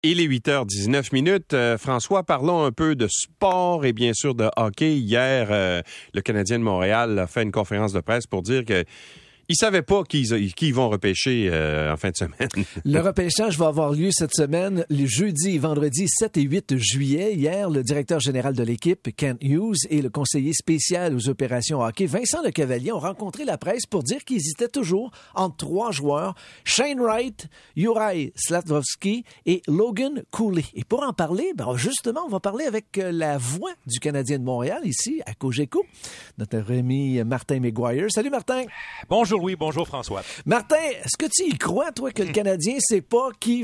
Il est 8h19. François, parlons un peu de sport et bien sûr de hockey. Hier, le Canadien de Montréal a fait une conférence de presse pour dire que ils savaient pas qui vont repêcher en fin de semaine. Le repêchage va avoir lieu cette semaine, les jeudis et vendredis 7 et 8 juillet. Hier, le directeur général de l'équipe, Kent Hughes, et le conseiller spécial aux opérations hockey, Vincent Lecavalier, ont rencontré la presse pour dire qu'ils hésitaient toujours entre 3 joueurs, Shane Wright, Juraj Slafkovský et Logan Cooley. Et pour en parler, justement, on va parler avec la voix du Canadien de Montréal, ici, à Cogeco, notre ami Martin McGuire. Salut Martin! Bonjour Louis, bonjour François. Martin, est-ce que tu y crois, toi, que le Canadien ne sait pas qui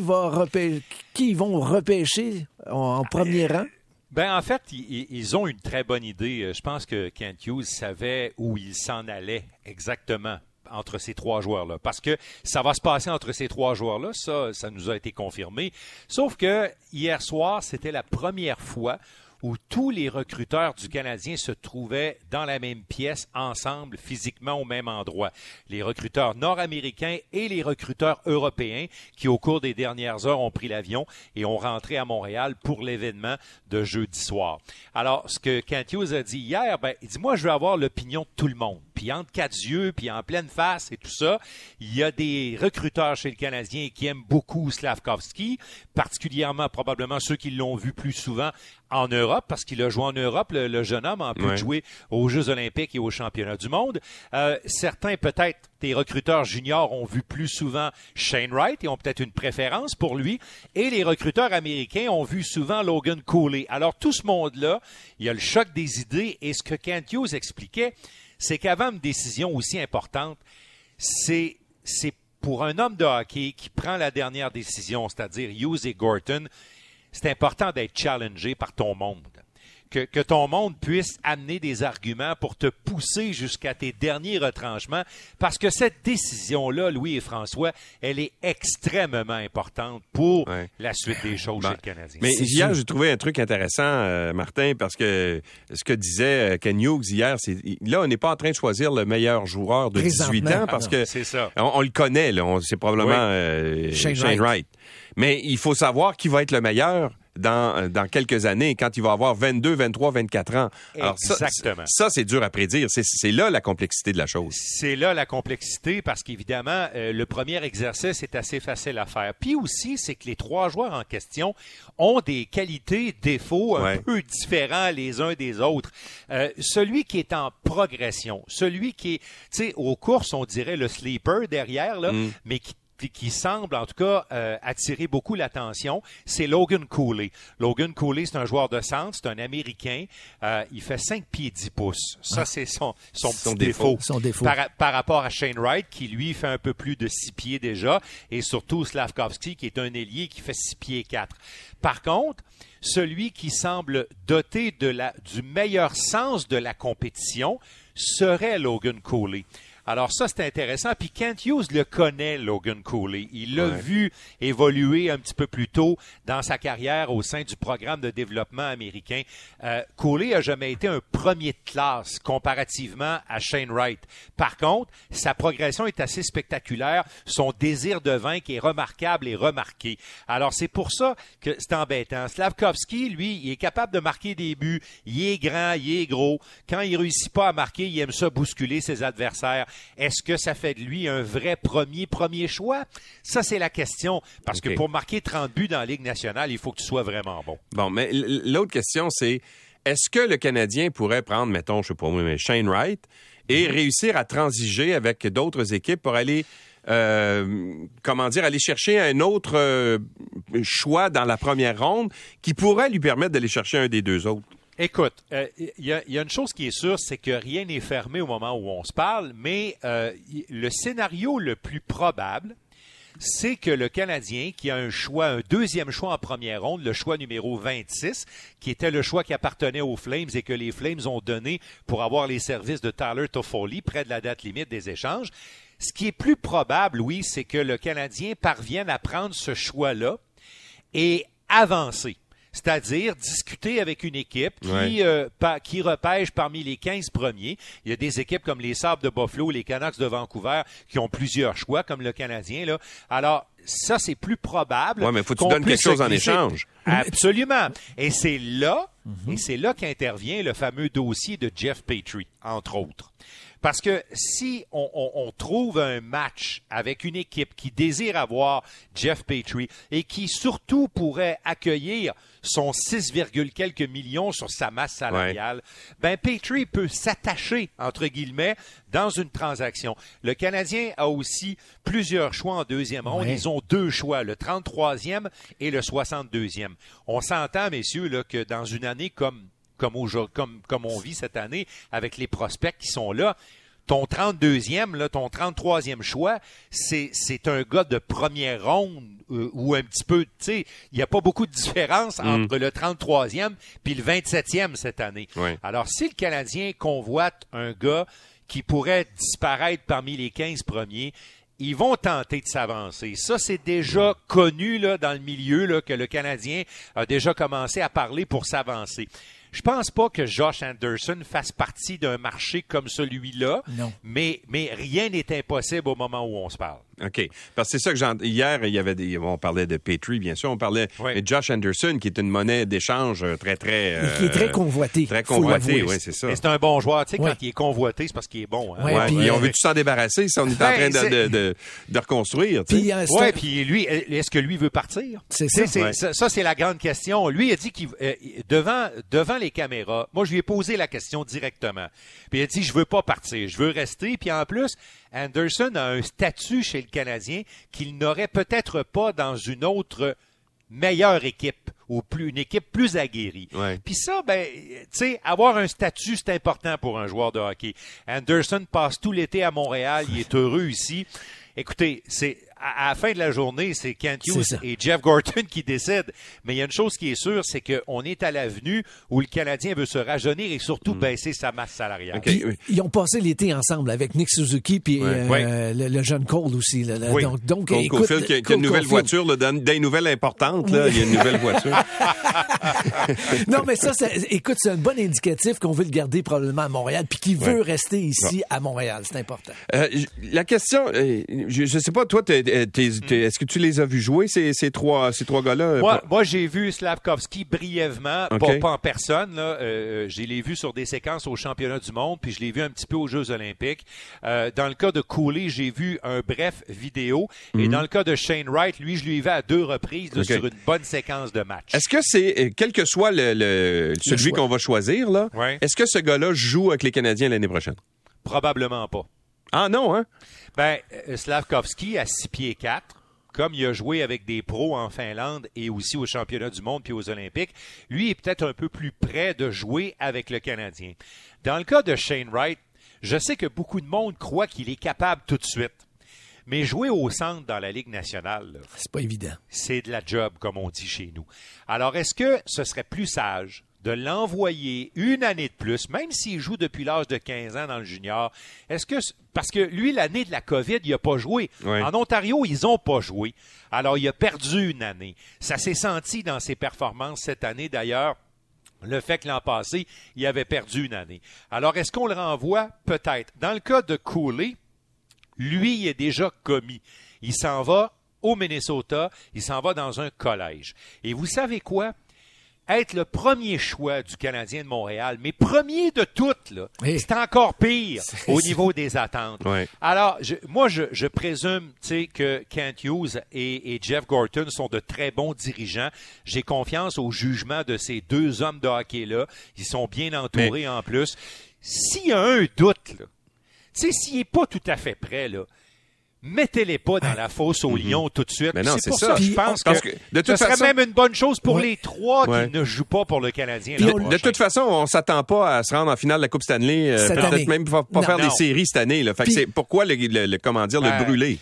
vont repêcher en premier rang? Ben en fait, ils ont une très bonne idée. Je pense que Kent Hughes savait où il s'en allait exactement entre ces 3 joueurs-là. Parce que ça va se passer entre ces 3 joueurs-là, ça nous a été confirmé. Sauf que hier soir, c'était la première fois où tous les recruteurs du Canadien se trouvaient dans la même pièce, ensemble, physiquement au même endroit. Les recruteurs nord-américains et les recruteurs européens qui, au cours des dernières heures, ont pris l'avion et ont rentré à Montréal pour l'événement de jeudi soir. Alors, ce que Kent Hughes a dit hier, il dit « Moi, je veux avoir l'opinion de tout le monde. » Puis entre 4 yeux, puis en pleine face et tout ça, il y a des recruteurs chez le Canadien qui aiment beaucoup Slafkovský, particulièrement probablement ceux qui l'ont vu plus souvent en Europe, parce qu'il a joué en Europe, le jeune homme, en plus de jouer aux Jeux olympiques et aux championnats du monde. Certains, peut-être, des recruteurs juniors ont vu plus souvent Shane Wright et ont peut-être une préférence pour lui. Et les recruteurs américains ont vu souvent Logan Cooley. Alors, tout ce monde-là, il y a le choc des idées. Et ce que Kent Hughes expliquait, c'est qu'avant une décision aussi importante, c'est pour un homme de hockey qui prend la dernière décision, c'est-à-dire Hughes et Gorton, c'est important d'être challengé par ton monde. Que ton monde puisse amener des arguments pour te pousser jusqu'à tes derniers retranchements, parce que cette décision-là, Louis et François, elle est extrêmement importante pour la suite des choses chez le Canadien. Mais hier, j'ai trouvé un truc intéressant, Martin, parce que ce que disait Kent Hughes hier, c'est là, on n'est pas en train de choisir le meilleur joueur de 18 ans, parce que c'est ça. On le connaît, là, c'est probablement Shane Wright. Mais il faut savoir qui va être le meilleur dans quelques années, quand il va avoir 22, 23, 24 ans. Alors exactement. Ça, c'est dur à prédire. C'est là la complexité de la chose. C'est là la complexité parce qu'évidemment, le premier exercice est assez facile à faire. Puis aussi, c'est que les 3 joueurs en question ont des qualités, défauts un peu différents les uns des autres. Celui qui est en progression, celui qui est, tu sais, aux courses, on dirait le sleeper derrière, là, mais qui semble, en tout cas, attirer beaucoup l'attention, c'est Logan Cooley. Logan Cooley, c'est un joueur de centre, c'est un Américain. Il fait 5 pieds 10 pouces. Ça, c'est son défaut. Son défaut. Par rapport à Shane Wright, qui, lui, fait un peu plus de 6 pieds déjà, et surtout Slafkovský, qui est un ailier qui fait 6 pieds 4. Par contre, celui qui semble doté du meilleur sens de la compétition serait Logan Cooley. Alors ça, c'est intéressant. Puis Kent Hughes le connaît, Logan Cooley. Il l'a vu évoluer un petit peu plus tôt dans sa carrière au sein du programme de développement américain. Cooley a jamais été un premier de classe comparativement à Shane Wright. Par contre, sa progression est assez spectaculaire. Son désir de vaincre est remarquable et remarqué. Alors c'est pour ça que c'est embêtant. Slafkovský, lui, il est capable de marquer des buts. Il est grand, il est gros. Quand il réussit pas à marquer, il aime ça bousculer ses adversaires. Est-ce que ça fait de lui un vrai premier choix? Ça, c'est la question. Parce que pour marquer 30 buts dans la Ligue nationale, il faut que tu sois vraiment bon. Bon, mais l'autre question, c'est est-ce que le Canadien pourrait prendre, mettons, je sais pas moi, mais Shane Wright et réussir à transiger avec d'autres équipes pour aller aller chercher un autre choix dans la première ronde qui pourrait lui permettre d'aller chercher un des 2 autres? Écoute, il y a une chose qui est sûre, c'est que rien n'est fermé au moment où on se parle, mais le scénario le plus probable, c'est que le Canadien, qui a un 2e choix en première ronde, le choix numéro 26, qui était le choix qui appartenait aux Flames et que les Flames ont donné pour avoir les services de Tyler Toffoli près de la date limite des échanges. Ce qui est plus probable, oui, c'est que le Canadien parvienne à prendre ce choix-là et avancer. c'est-à-dire discuter avec une équipe qui repêche parmi les 15 premiers. Il y a des équipes comme les Sabres de Buffalo, les Canucks de Vancouver qui ont plusieurs choix, comme le Canadien, là. Alors, ça, c'est plus probable. Oui, mais faut que tu donnes quelque chose en échange. Absolument. Et c'est là qu'intervient le fameux dossier de Jeff Petrie, entre autres. Parce que si on trouve un match avec une équipe qui désire avoir Jeff Petrie et qui surtout pourrait accueillir son 6, quelques millions sur sa masse salariale, ben Petrie peut s'attacher, entre guillemets, dans une transaction. Le Canadien a aussi plusieurs choix en deuxième ronde. Ils ont 2 choix, le 33e et le 62e. On s'entend, messieurs, là, que dans une année comme on vit cette année, avec les prospects qui sont là, ton 32e, là, ton 33e choix, c'est un gars de première ronde ou un petit peu, tu sais, il n'y a pas beaucoup de différence entre le 33e puis le 27e cette année. Oui. Alors, si le Canadien convoite un gars qui pourrait disparaître parmi les 15 premiers, ils vont tenter de s'avancer. Ça, c'est déjà connu là, dans le milieu là, que le Canadien a déjà commencé à parler pour s'avancer. Je pense pas que Josh Anderson fasse partie d'un marché comme celui-là, mais rien n'est impossible au moment où on se parle. OK. Parce que c'est ça que hier, on parlait de Petrie, bien sûr, on parlait de Josh Anderson, qui est une monnaie d'échange très, très... qui est très convoité. Très convoité, oui, c'est ça. Et c'est un bon joueur. Tu sais, quand il est convoité, c'est parce qu'il est bon. Hein? Puis on veut-tu s'en débarrasser si on est en train de reconstruire? Puis lui, est-ce que lui veut partir? C'est ça. Ça, c'est la grande question. Lui, il a dit qu'il devant les caméras, moi, je lui ai posé la question directement. Puis il a dit, je veux pas partir, je veux rester. Puis en plus, Anderson a un statut chez le Canadien qu'il n'aurait peut-être pas dans une autre meilleure équipe ou une équipe plus aguerrie. Ouais. Puis ça, tu sais, avoir un statut, c'est important pour un joueur de hockey. Anderson passe tout l'été à Montréal, il est heureux ici. Écoutez, à la fin de la journée, c'est Kent Hughes et Jeff Gorton qui décident. Mais il y a une chose qui est sûre, c'est qu'on est à l'avenue où le Canadien veut se rajeunir et surtout baisser sa masse salariale. Okay. Ils ont passé l'été ensemble avec Nick Suzuki puis le jeune Cole aussi. Là. Oui. Donc, Cole Caulfield qui a une nouvelle voiture, là, des nouvelles importantes, là, il y a une nouvelle voiture. Non, mais ça, écoute, c'est un bon indicatif qu'on veut le garder probablement à Montréal puis qu'il veut rester ici à Montréal. C'est important. La question, je sais pas, toi, est-ce que tu les as vus jouer, ces trois gars-là? Moi, j'ai vu Slavkovski brièvement, pas en personne. Là. Je l'ai vu sur des séquences au championnat du monde, puis je l'ai vu un petit peu aux Jeux olympiques. Dans le cas de Cooley, j'ai vu un bref vidéo. Et dans le cas de Shane Wright, lui, je lui ai vu à 2 reprises là, sur une bonne séquence de match. Est-ce que c'est, quel que soit celui qu'on va choisir, là, est-ce que ce gars-là joue avec les Canadiens l'année prochaine? Probablement pas. Ah non, hein? Slavkovski, à 6 pieds 4, comme il a joué avec des pros en Finlande et aussi aux championnats du monde puis aux Olympiques, lui est peut-être un peu plus près de jouer avec le Canadien. Dans le cas de Shane Wright, je sais que beaucoup de monde croit qu'il est capable tout de suite. Mais jouer au centre dans la Ligue nationale, là, c'est pas évident. C'est de la job, comme on dit chez nous. Alors, est-ce que ce serait plus sage de l'envoyer une année de plus, même s'il joue depuis l'âge de 15 ans dans le junior? Parce que lui, l'année de la COVID, il n'a pas joué. Oui. En Ontario, ils n'ont pas joué. Alors, il a perdu une année. Ça s'est senti dans ses performances cette année, d'ailleurs. Le fait que l'an passé, il avait perdu une année. Alors, est-ce qu'on le renvoie? Peut-être. Dans le cas de Cooley, lui, il est déjà commis. Il s'en va au Minnesota, il s'en va dans un collège. Et vous savez quoi? Être le premier choix du Canadien de Montréal, mais premier de toutes, là, c'est encore pire au niveau des attentes. Oui. Alors, je présume que Kent Hughes et Jeff Gorton sont de très bons dirigeants. J'ai confiance au jugement de ces 2 hommes de hockey-là. Ils sont bien entourés en plus. S'il y a un doute, là, s'il n'est pas tout à fait prêt, là, mettez-les pas dans la fosse aux lions tout de suite. Mais non, c'est pour ça. Je pense que ce serait même une bonne chose pour les 3 qui ne jouent pas pour le Canadien. De toute façon, on ne s'attend pas à se rendre en finale de la Coupe Stanley. Peut-être même pas faire des séries cette année. Là. Fait que c'est pourquoi le brûler?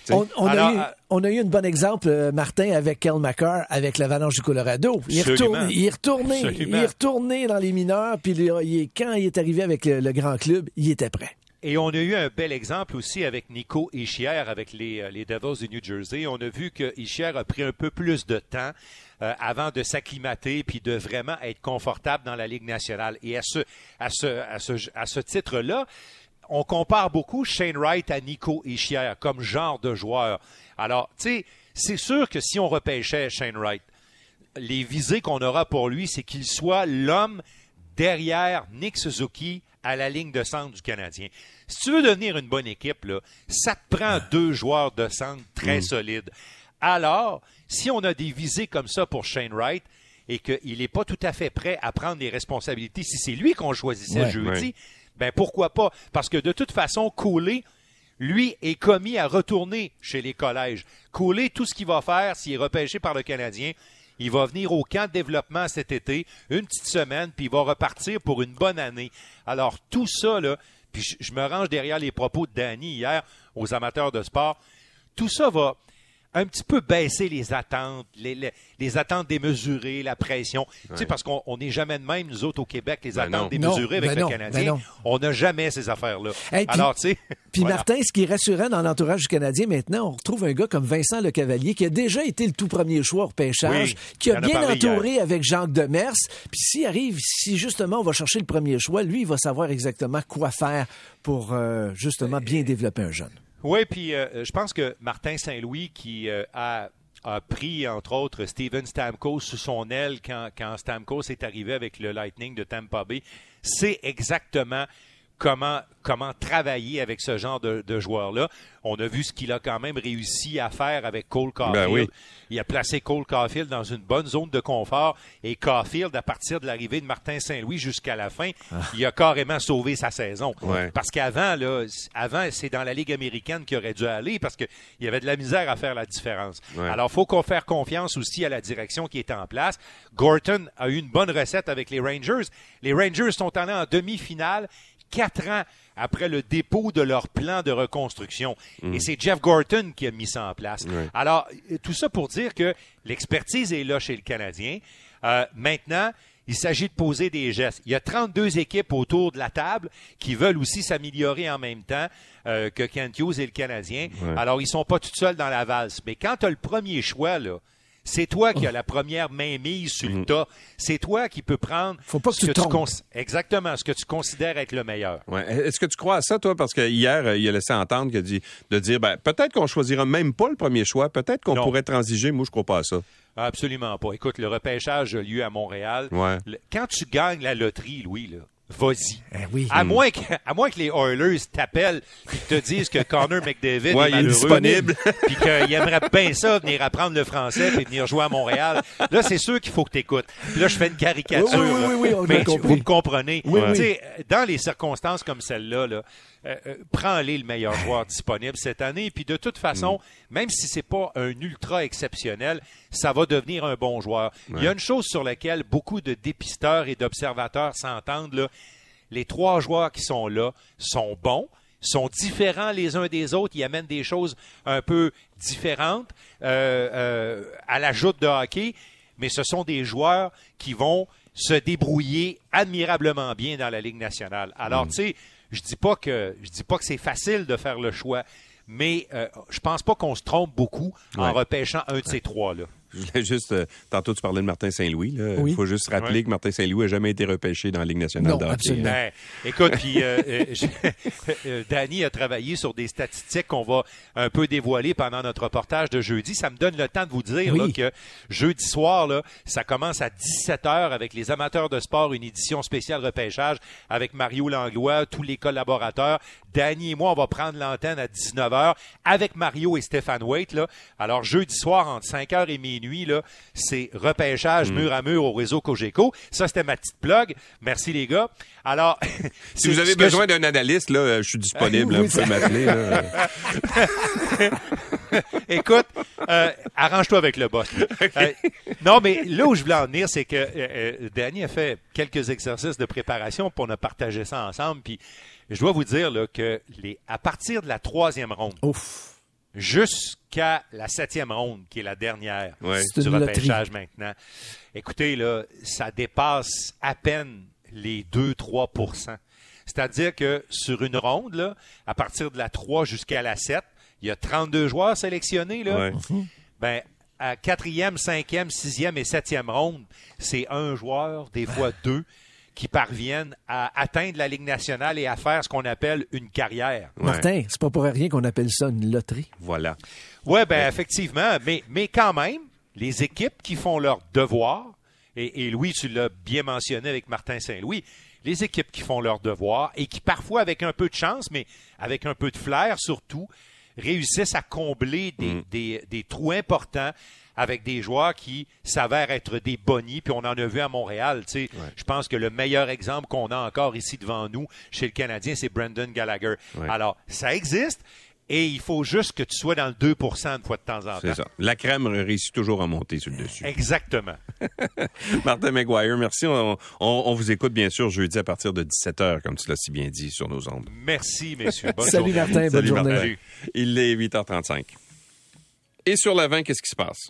On a eu un bon exemple, Martin, avec Kel McCarr, avec l'Avalanche du Colorado. Il est retourné dans les mineurs, puis quand il est arrivé avec le grand club, il était prêt. Et on a eu un bel exemple aussi avec Nico Hischier, avec les Devils du New Jersey. On a vu que Hischier a pris un peu plus de temps avant de s'acclimater puis de vraiment être confortable dans la Ligue nationale. Et à ce titre-là, on compare beaucoup Shane Wright à Nico Hischier comme genre de joueur. Alors, tu sais, c'est sûr que si on repêchait Shane Wright, les visées qu'on aura pour lui, c'est qu'il soit l'homme derrière Nick Suzuki à la ligne de centre du Canadien. Si tu veux devenir une bonne équipe, là, ça te prend 2 joueurs de centre très solides. Alors, si on a des visées comme ça pour Shane Wright et qu'il n'est pas tout à fait prêt à prendre les responsabilités, si c'est lui qu'on choisissait jeudi, ben pourquoi pas? Parce que de toute façon, Cooley, lui, est commis à retourner chez les collèges. Cooley, tout ce qu'il va faire, s'il est repêché par le Canadien, il va venir au camp de développement cet été, une petite semaine, puis il va repartir pour une bonne année. Alors, tout ça, là, puis je me range derrière les propos de Danny hier aux amateurs de sport, tout ça va un petit peu baisser les attentes, les attentes démesurées, la pression. Tu sais, parce qu'on n'est jamais de même, nous autres, au Québec, les attentes démesurées avec le Canadien. On n'a jamais ces affaires-là. Hey, alors, tu sais... Puis Martin, ce qui est rassurant dans l'entourage du Canadien maintenant, on retrouve un gars comme Vincent Lecavalier qui a déjà été le tout premier choix au repêchage, qui a bien entouré avec Jacques Demers. Puis si justement on va chercher le premier choix, lui, il va savoir exactement quoi faire pour justement bien développer un jeune. Oui, puis je pense que Martin Saint-Louis qui a pris, entre autres, Steven Stamkos sous son aile quand Stamkos est arrivé avec le Lightning de Tampa Bay, sait exactement comment travailler avec ce genre de joueurs-là. On a vu ce qu'il a quand même réussi à faire avec Cole Caulfield. Ben oui. Il a placé Cole Caulfield dans une bonne zone de confort et Caulfield, à partir de l'arrivée de Martin Saint-Louis jusqu'à la fin, il a carrément sauvé sa saison. Ouais. Parce qu'avant, c'est dans la Ligue américaine qu'il aurait dû aller parce qu'il y avait de la misère à faire la différence. Ouais. Alors, il faut qu'on fasse confiance aussi à la direction qui est en place. Gorton a eu une bonne recette avec les Rangers. Les Rangers sont allés en demi-finale 4 ans après le dépôt de leur plan de reconstruction. Et c'est Jeff Gorton qui a mis ça en place. Alors, tout ça pour dire que l'expertise est là chez le Canadien. Maintenant, il s'agit de poser des gestes. Il y a 32 équipes autour de la table qui veulent aussi s'améliorer en même temps que Kent Hughes et le Canadien. Alors, ils sont pas tout seuls dans la valse. Mais quand tu as le premier choix, là, c'est toi qui as la première mainmise sur le tas. C'est toi qui peux prendre Faut pas que tu trompes. Exactement, ce que tu considères être le meilleur. Ouais. Est-ce que tu crois à ça, toi? Parce que hier, il a laissé entendre de dire peut-être qu'on choisira même pas le premier choix, peut-être qu'on pourrait transiger. Moi, je crois pas à ça. Absolument pas. Écoute, le repêchage a lieu à Montréal. Ouais. Quand tu gagnes la loterie, Louis, là, vas-y. Oui. À moins que les Oilers t'appellent et te disent que Connor McDavid est il est malheureux, disponible. puis qu'il aimerait bien ça, venir apprendre le français et venir jouer à Montréal. Là, c'est sûr qu'il faut que tu écoutes. Puis là, je fais une caricature. Oui, on mais a compris. vous me comprenez. Oui. Tu sais, dans les circonstances comme celle-là, là, prends-les le meilleur joueur disponible cette année. Puis de toute façon, même si c'est pas un ultra exceptionnel, ça va devenir un bon joueur. Il y a une chose sur laquelle beaucoup de dépisteurs et d'observateurs s'entendent, là. Les 3 joueurs qui sont là sont bons, sont différents les uns des autres. Ils amènent des choses un peu différentes à la joute de hockey, mais ce sont des joueurs qui vont se débrouiller admirablement bien dans la Ligue nationale. Alors, tu sais, je dis pas que c'est facile de faire le choix, mais je pense pas qu'on se trompe beaucoup en repêchant un de ces 3-là. Je voulais juste... tantôt, tu parlais de Martin Saint-Louis. Il Oui. faut juste rappeler que Martin Saint-Louis n'a jamais été repêché dans la Ligue nationale de hockey. Absolument. Ben, écoute, puis Danny a travaillé sur des statistiques qu'on va un peu dévoiler pendant notre reportage de jeudi. Ça me donne le temps de vous dire là, que jeudi soir, là, ça commence à 17h avec les amateurs de sport, une édition spéciale repêchage avec Mario Langlois, tous les collaborateurs. Danny et moi, on va prendre l'antenne à 19h avec Mario et Stéphane Waite. Là. Alors, jeudi soir, entre 5h et minuit, là, c'est repêchage mur à mur au réseau Cogeco. Ça, c'était ma petite plug. Merci, les gars. Alors, si vous avez besoin d'un analyste, là, je suis disponible. Vous pouvez m'appeler. Écoute, arrange-toi avec le boss. Non, mais là où je voulais en venir, c'est que Danny a fait quelques exercices de préparation pour on a partagé ça ensemble. Puis, je dois vous dire là, que à partir de la 3e ronde, jusqu'à la 7e ronde, qui est la dernière du repêchage maintenant, écoutez, là, ça dépasse à peine les 2-3%. C'est-à-dire que sur une ronde, là, à partir de la 3 jusqu'à la 7, il y a 32 joueurs sélectionnés. Là. Ouais. À 4e, 5e, 6e et 7e ronde, c'est un joueur, des fois deux, qui parviennent à atteindre la Ligue nationale et à faire ce qu'on appelle une carrière. Ouais. Martin, c'est pas pour rien qu'on appelle ça une loterie. Voilà. Oui, effectivement, mais quand même, les équipes qui font leur devoir, et Louis, tu l'as bien mentionné avec Martin Saint-Louis, les équipes qui font leur devoir et qui parfois, avec un peu de chance, mais avec un peu de flair surtout, réussissent à combler des trous importants avec des joueurs qui s'avèrent être des bonnies, puis on en a vu à Montréal. Tu sais, je pense que le meilleur exemple qu'on a encore ici devant nous, chez le Canadien, c'est Brendan Gallagher. Ouais. Alors, ça existe, et il faut juste que tu sois dans le 2 % une fois de temps en temps. C'est ça. La crème réussit toujours à monter sur le dessus. Exactement. Martin McGuire, merci. On vous écoute, bien sûr, jeudi à partir de 17h, comme tu l'as si bien dit, sur nos ondes. Merci, messieurs. Bonne Salut journée. Martin, bonne Salut, journée. Martin. Il est 8h35. Et sur l'avant, qu'est-ce qui se passe?